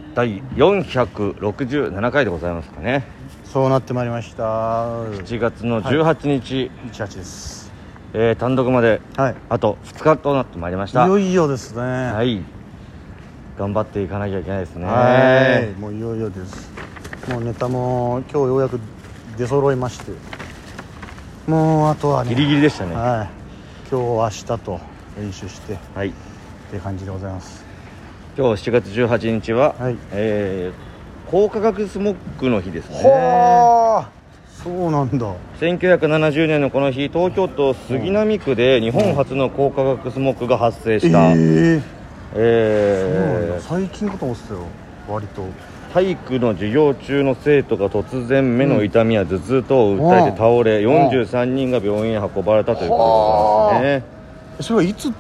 第467回でございますかね。 そうなってまいりました。 7月の18日、 18です。 単独まではい。 あと2日となってまいりました。 いよいよですね。 はい、頑張っていかなきゃいけないですね。 はい。もういよいよです。もうネタも今日ようやく出揃いまして、もうあとはね、 ギリギリでしたね。 はい。今日明日と練習して、 はい。 っていう感じでございます。 今日7月18日は、 はい。 高化学スモッグの日ですね。 はあ、そうなんだ。 1970年のこの日、東京都杉並区で日本初の高化学スモッグが発生した、 そうなんだ。最近かと思ってたよ、割と。 体育の授業中の生徒が突然目の痛みや頭痛等を訴えて倒れ、43人が病院へ運ばれたということですね。 それはいつって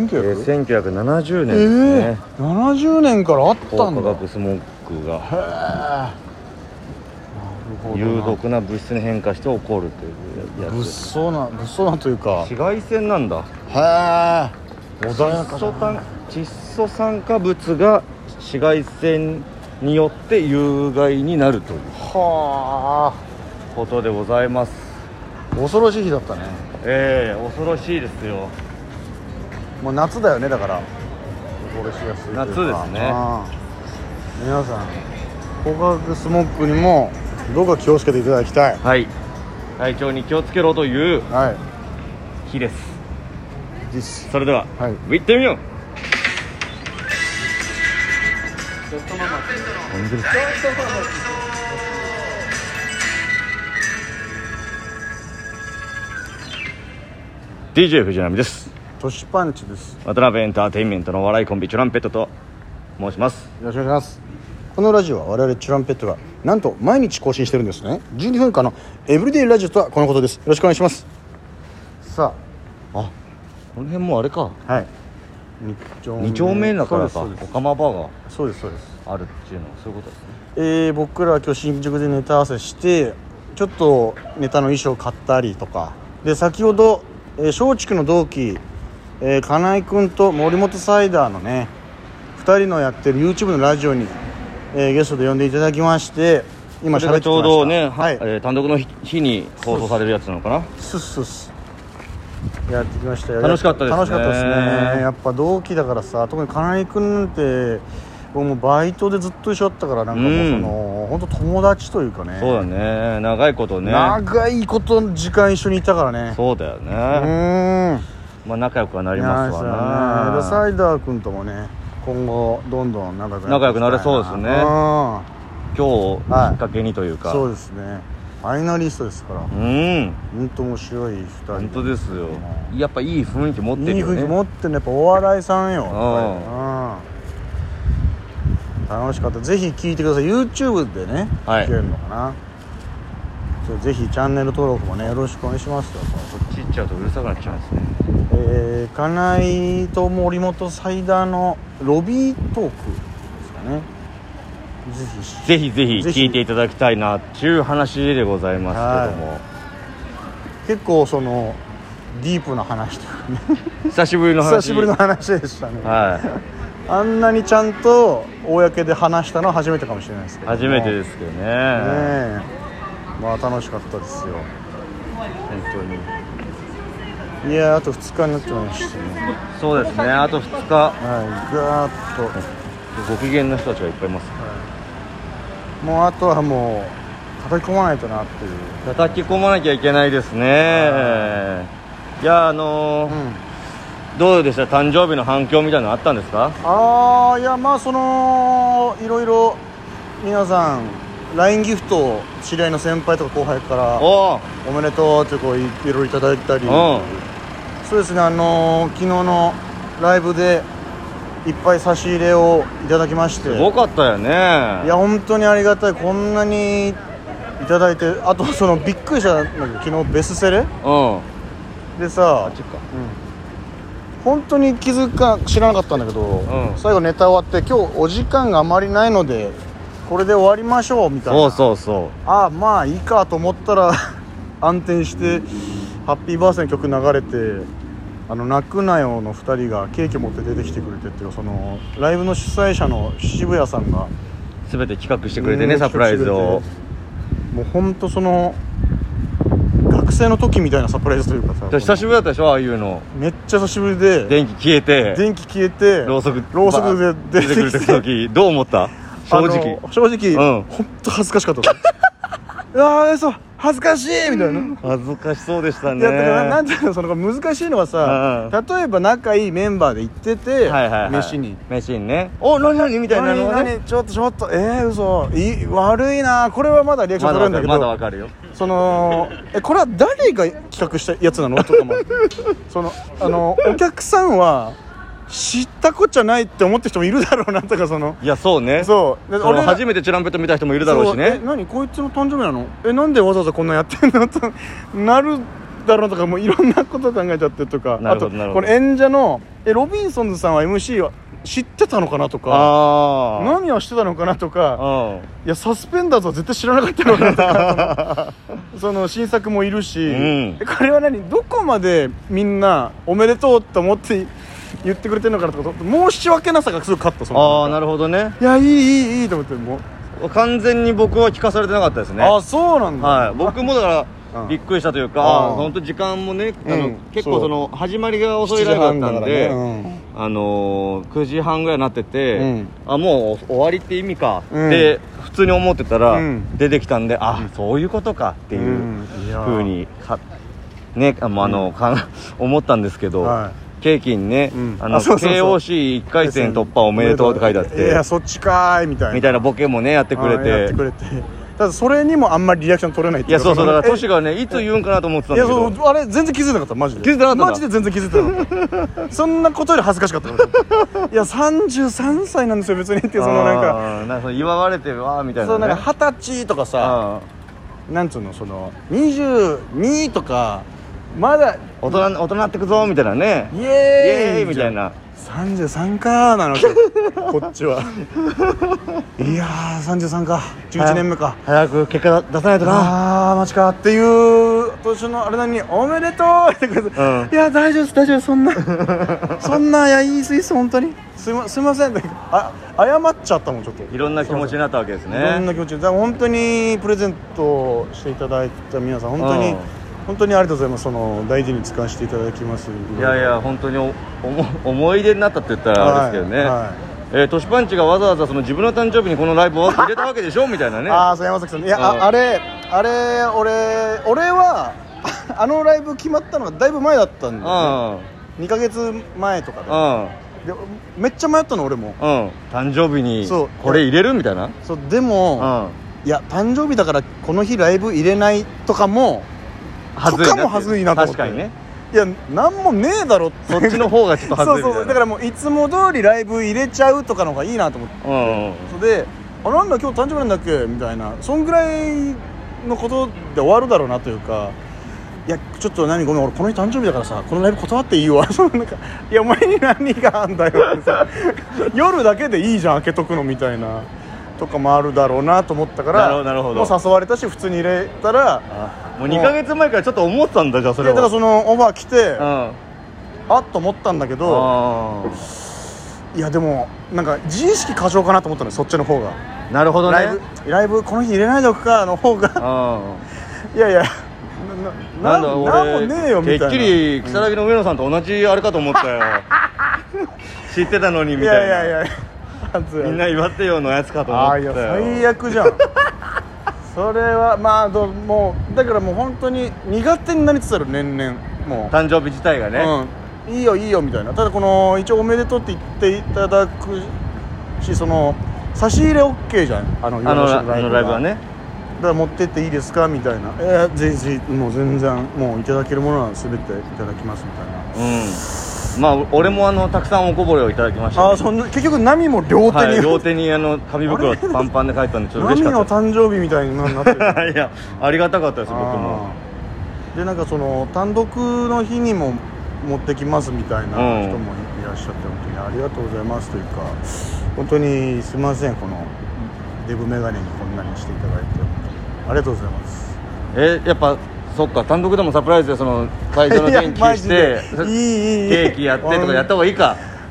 1970年ですね。 70年からあったんだ。 高化学スモッグがなるほどな。 有毒な物質に変化して起こるというやつです。 物騒なというか、 紫外線なんだ。 へえ、穏やかだな。 窒素酸化物が紫外線によって有害になるというはことでございます。 あ、恐ろしい日だったね。 恐ろしいですよ。 もう夏だよね、だから恐ろしやすいというか。 夏ですね。 皆さん高化学スモッグにもどうか気をつけていただきたい。 はい、体調に気をつけろというはい、 日です。 です。 それでは、 はい、 行ってみよう。DJ 藤波です。 トシパンチです。 渡辺エンターテインメントの笑いコンビチュランペットと申します。 よろしくお願いします。このラジオは我々チュランペットがなんと毎日更新してるんですね。12分間のエブリデイラジオとはこのことです。よろしくお願いします。さあ、この辺もあれか、 あ、はい、 2丁目だからか、 そうです。 オカマバーがそうですそうです。 あるっていうのはそういうことですね。 僕らは今日新宿でネタ合わせしてちょっとネタの衣装買ったりとかで、先ほど松竹の同期、金井君と森本サイダーのね2人のやってる YouTube のラジオに、ゲストで呼んでいただきまして、今喋ってきました。 ちょうどね、 はい、 単独の日に放送されるやつなのかな。 スやってきましたよ。 楽しかったですね。 楽しかったですね。やっぱ同期だからさ、特に金井君なんて僕もバイトでずっと一緒だったから、なんかもう本当友達というかね。 そうだね、長いことね、 長いこと時間一緒にいたからね。 そうだよね。まあ仲良くはなりますわな。 でサイダー君ともね今後どんどん仲良くなれそうですね。今日きっかけにというか、 そうですね。ファイナリストですから。本当面白い2人。 本当ですよ。やっぱいい雰囲気持ってるよね。 いい雰囲気持ってるね。やっぱお笑いさんよ。楽しかった。ぜひ聞いてください。 YouTube でね、聞けるのかな。ぜひチャンネル登録もねよろしくお願いしますよ。 こっち行っちゃうとうるさくなっちゃうんですね。 金井と森本サイダーのロビートークですかね。ぜひ聞いていただきたいなっていう話でございますけども、 結構そのディープな話というかね久しぶりの話でしたね。あんなにちゃんと公で話したのは初めてかもしれないですけど。 初めてですけどね。 まあ楽しかったですよ、 本当に。 いや、あと2日になってましたね。 そうですね、あと2日。 ガーッとご機嫌な人たちがいっぱいいます。 もうあとはもう叩き込まないとなっていう。 叩き込まなきゃいけないですね。いや、どうでした？誕生日の反響みたいなのあったんですか？ いや、まあいろいろ皆さん LINE ギフトを知り合いの先輩とか後輩からおめでとうってこういろいろいただいたり、そうですね、昨日のライブでいっぱい差し入れをいただきまして、 すごかったよね。 いや本当にありがたい。こんなにいただいて、あとびっくりしたんだけど、昨日ベスセレでさ、本当に知らなかったんだけど、最後ネタ終わって、今日お時間があまりないのでこれで終わりましょうみたいな。そうまあいいかと思ったら暗転してハッピーバースデーの曲流れて、泣くなよの2人がケーキ持って出てきてくれてっていう、そのライブの主催者の渋谷さんが全て企画してくれてね、サプライズを。 もうほんとその学生の時みたいなサプライズというかさ、 久しぶりだったでしょ、ああいうの。 めっちゃ久しぶりで、 電気消えてろうそくで出てくる時どう思った？正直、ほんと恥ずかしかったそう恥ずかしいみたいな。 恥ずかしそうでしたね。 いやだからなんていうの、その難しいのはさ、例えば仲いいメンバーで行ってて、飯にね、何みたいなのね、ちょっと嘘悪いな、これはまだリアクション取れるんだけど、 まだわかるよ。 そのこれは誰が企画したやつなのとかもそのお客さんは知ったこっちゃないって思ってる人もいるだろうなとか、 いやそうね、俺初めてチュランペット見た人もいるだろうしね。 何こいつの誕生日なの、なんでわざわざこんなやってんのとなるだろうとか、もういろんなこと考えちゃってるとか、あとこの演者のロビンソンズさんは MC は知ってたのかなとか、何をしてたのかなとか、いやサスペンダーズは絶対知らなかったのかなとかその新作もいるし、これはどこまでみんなおめでとうと思って言ってくれてるのかなとか、申し訳なさがすごく勝った。 なるほどね。 いやいいと思って、もう完全に僕は聞かされてなかったですね。 そうなんだ。 僕もだからびっくりしたというか、本当時間もね、結構その始まりが遅いライブだったんで、9時半ぐらいになってて、もう終わりって意味かって普通に思ってたら出てきたんで、そういうことかっていう風にね、思ったんですけど、ケーキにね、KOC1 回戦突破おめでとうって書いてあって、 いやそっちかーいみたいなボケもねやってくれて、 ただそれにもあんまりリアクション取れないっていうか。 だからトシがねいつ言うんかなと思ってたんだけど、 あれ全然気づいてなかった。マジで気づいてなかった。 マジで全然気づいてなかったそんなことより恥ずかしかったいや33歳なんですよ別にっていう、そのなんか祝われてるわみたいなね、 なんか20歳とかさ、なんつうの、その22とかまだ大人なってくぞみたいなね、 イエーイみたいな、 33かーなのこっちはいやー33か、11年目か、 早く結果出さないとな、 マジかっていう年のあれなのにおめでとうって言ってくれて、いや大丈夫ですそんな、いやいいです本当にすいません謝っちゃったもん。ちょっといろんな気持ちになったわけですね。 いろんな気持ちで、本当にプレゼントしていただいた皆さん本当にありがとうございます。その大事に使わせていただきます。 いや本当に思い出になったって言ったらあれですけどね、トシパンチがわざわざその自分の誕生日にこのライブを入れたわけでしょみたいなねそう山崎さん、いやあれ俺はあのライブ決まったのがだいぶ前だったんで、2ヶ月前とかでめっちゃ迷ったの俺も、 誕生日にこれ入れるみたいな。 でも、いや誕生日だからこの日ライブ入れないとかもはずいなと思って。確かにね。いやなんもねえだろって、 そっちの方がちょっとはずいみたいな。 そうだからもういつも通りライブ入れちゃうとかの方がいいなと思って、それでなんだ今日誕生日なんだっけみたいな、そんぐらいのことで終わるだろうなというか、いやちょっとごめん俺この日誕生日だからさこのライブ断っていいわなんかいやお前に何があんだよってさ夜だけでいいじゃん開けとくのみたいなとかもあるだろうなと思ったから、 なるほど、 もう誘われたし普通に入れたら、 もう2ヶ月前からちょっと思ってたんだ。じゃあそれはだからそのオファー来て、あっと思ったんだけど、いやでもなんか自意識過剰かなと思ったのよ、そっちの方が。 なるほどね。 ライブこの日入れないでおくかの方がいやなんだ俺なんもねえよみたいな。 てっきり如月の上野さんと同じあれかと思ったよ知ってたのにみたいな。いやみんな祝ってよのやつかと思ったよ。 最悪じゃんそれはもうだからもう本当に苦手になりつつある、年々もう誕生日自体がね、 いいよみたいな。ただこの一応おめでとうって言っていただくし、その差し入れ OK じゃん、あのライブはね。だから持ってっていいですかみたいな、ぜひもう全然もういただけるものは全ていただきますみたいな。俺もたくさんおこぼれをいただきました、 そんな結局ナミも両手に、 両手に紙袋パンパンで書いたんでちょっと嬉しかった。 ナミの誕生日みたいになってるいやありがたかったです僕も。 でなんかその単独の日にも持ってきますみたいな人もいらっしゃって、本当にありがとうございますというか、本当にすみません、このデブメガネにこんなにしていただいてありがとうございます。 やっぱそっか、単独でもサプライズでその会場の電気してケーキやってとかやった方がいいか。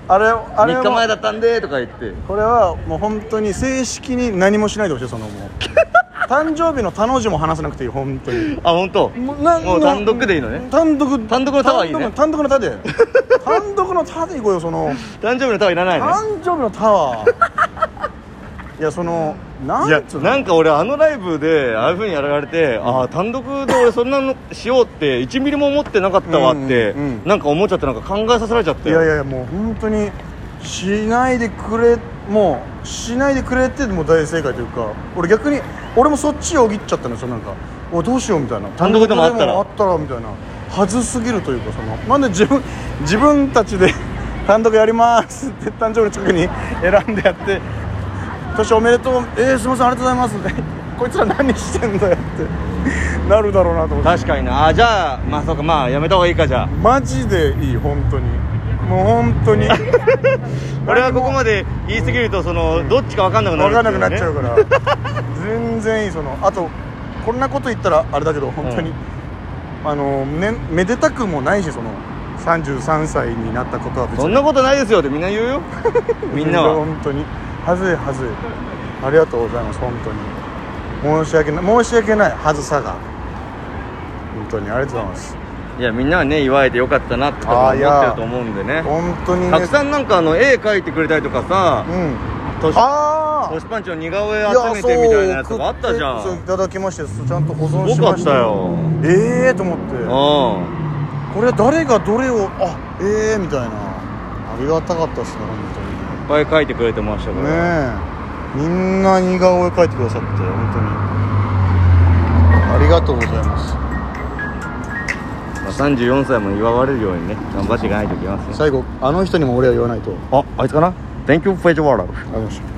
あれ 3日前だったんでとか言って、 これはもう本当に正式に何もしないでほしい。そのもう誕生日の他の字も話さなくていい。本当に。 あ、本当。もう単独でいいのね。 単独のタワーいいね。 単独のタで単独のタで行こうよ。その誕生日のタワーいらないね。 誕生日のタワーいやそのなんか俺あのライブでああいう風にやられて、ああ単独で俺そんなのしようって1ミリも思ってなかったわって、なんか思っちゃって、なんか考えさせられちゃって。 いやもう本当にしないでくれってもう大正解というか、俺もそっちよぎっちゃったんですよ。なんかどうしようみたいな、 単独でもあったらみたいな、はずすぎるというか、そのなんで自分たちで単独やりますって誕生日の近くに選んでやって、年おめでとう、すいませんありがとうございますってこいつら何してんだよってなるだろうなと思って。 確かにな。じゃあまあそうか、まあやめた方がいいか。じゃあマジでいい。本当にもう本当に俺はここまで言い過ぎるとどっちか分かんなくなる、 分かんなくなっちゃうから全然いい。あとこんなこと言ったらあれだけど本当に、めでたくもないし、33歳になったことは別にそんなことないですよってみんな言うよみんなは本当にはずいありがとうございます。本当に申し訳ないはずさが本当にありがとうございます。 いやみんなはね祝えてよかったなって思ってると思うんでね。 本当にね、 たくさんなんか絵描いてくれたりとかさ、トシパンチの似顔絵集めてみたいなやつがあったじゃん。 そういただきまして、ちゃんと保存しましたよ。と思って、これ誰がどれをみたいな、ありがたかったですね本当に。 いっぱい描いてくれてましたからね。みんな似顔絵描いてくださって本当にありがとうございます。 34歳も祝われるようにね頑張っていかないといけません。 最後あの人にも俺は言わないと。 あいつかな。 Thank you for your work。 ありがとうございました。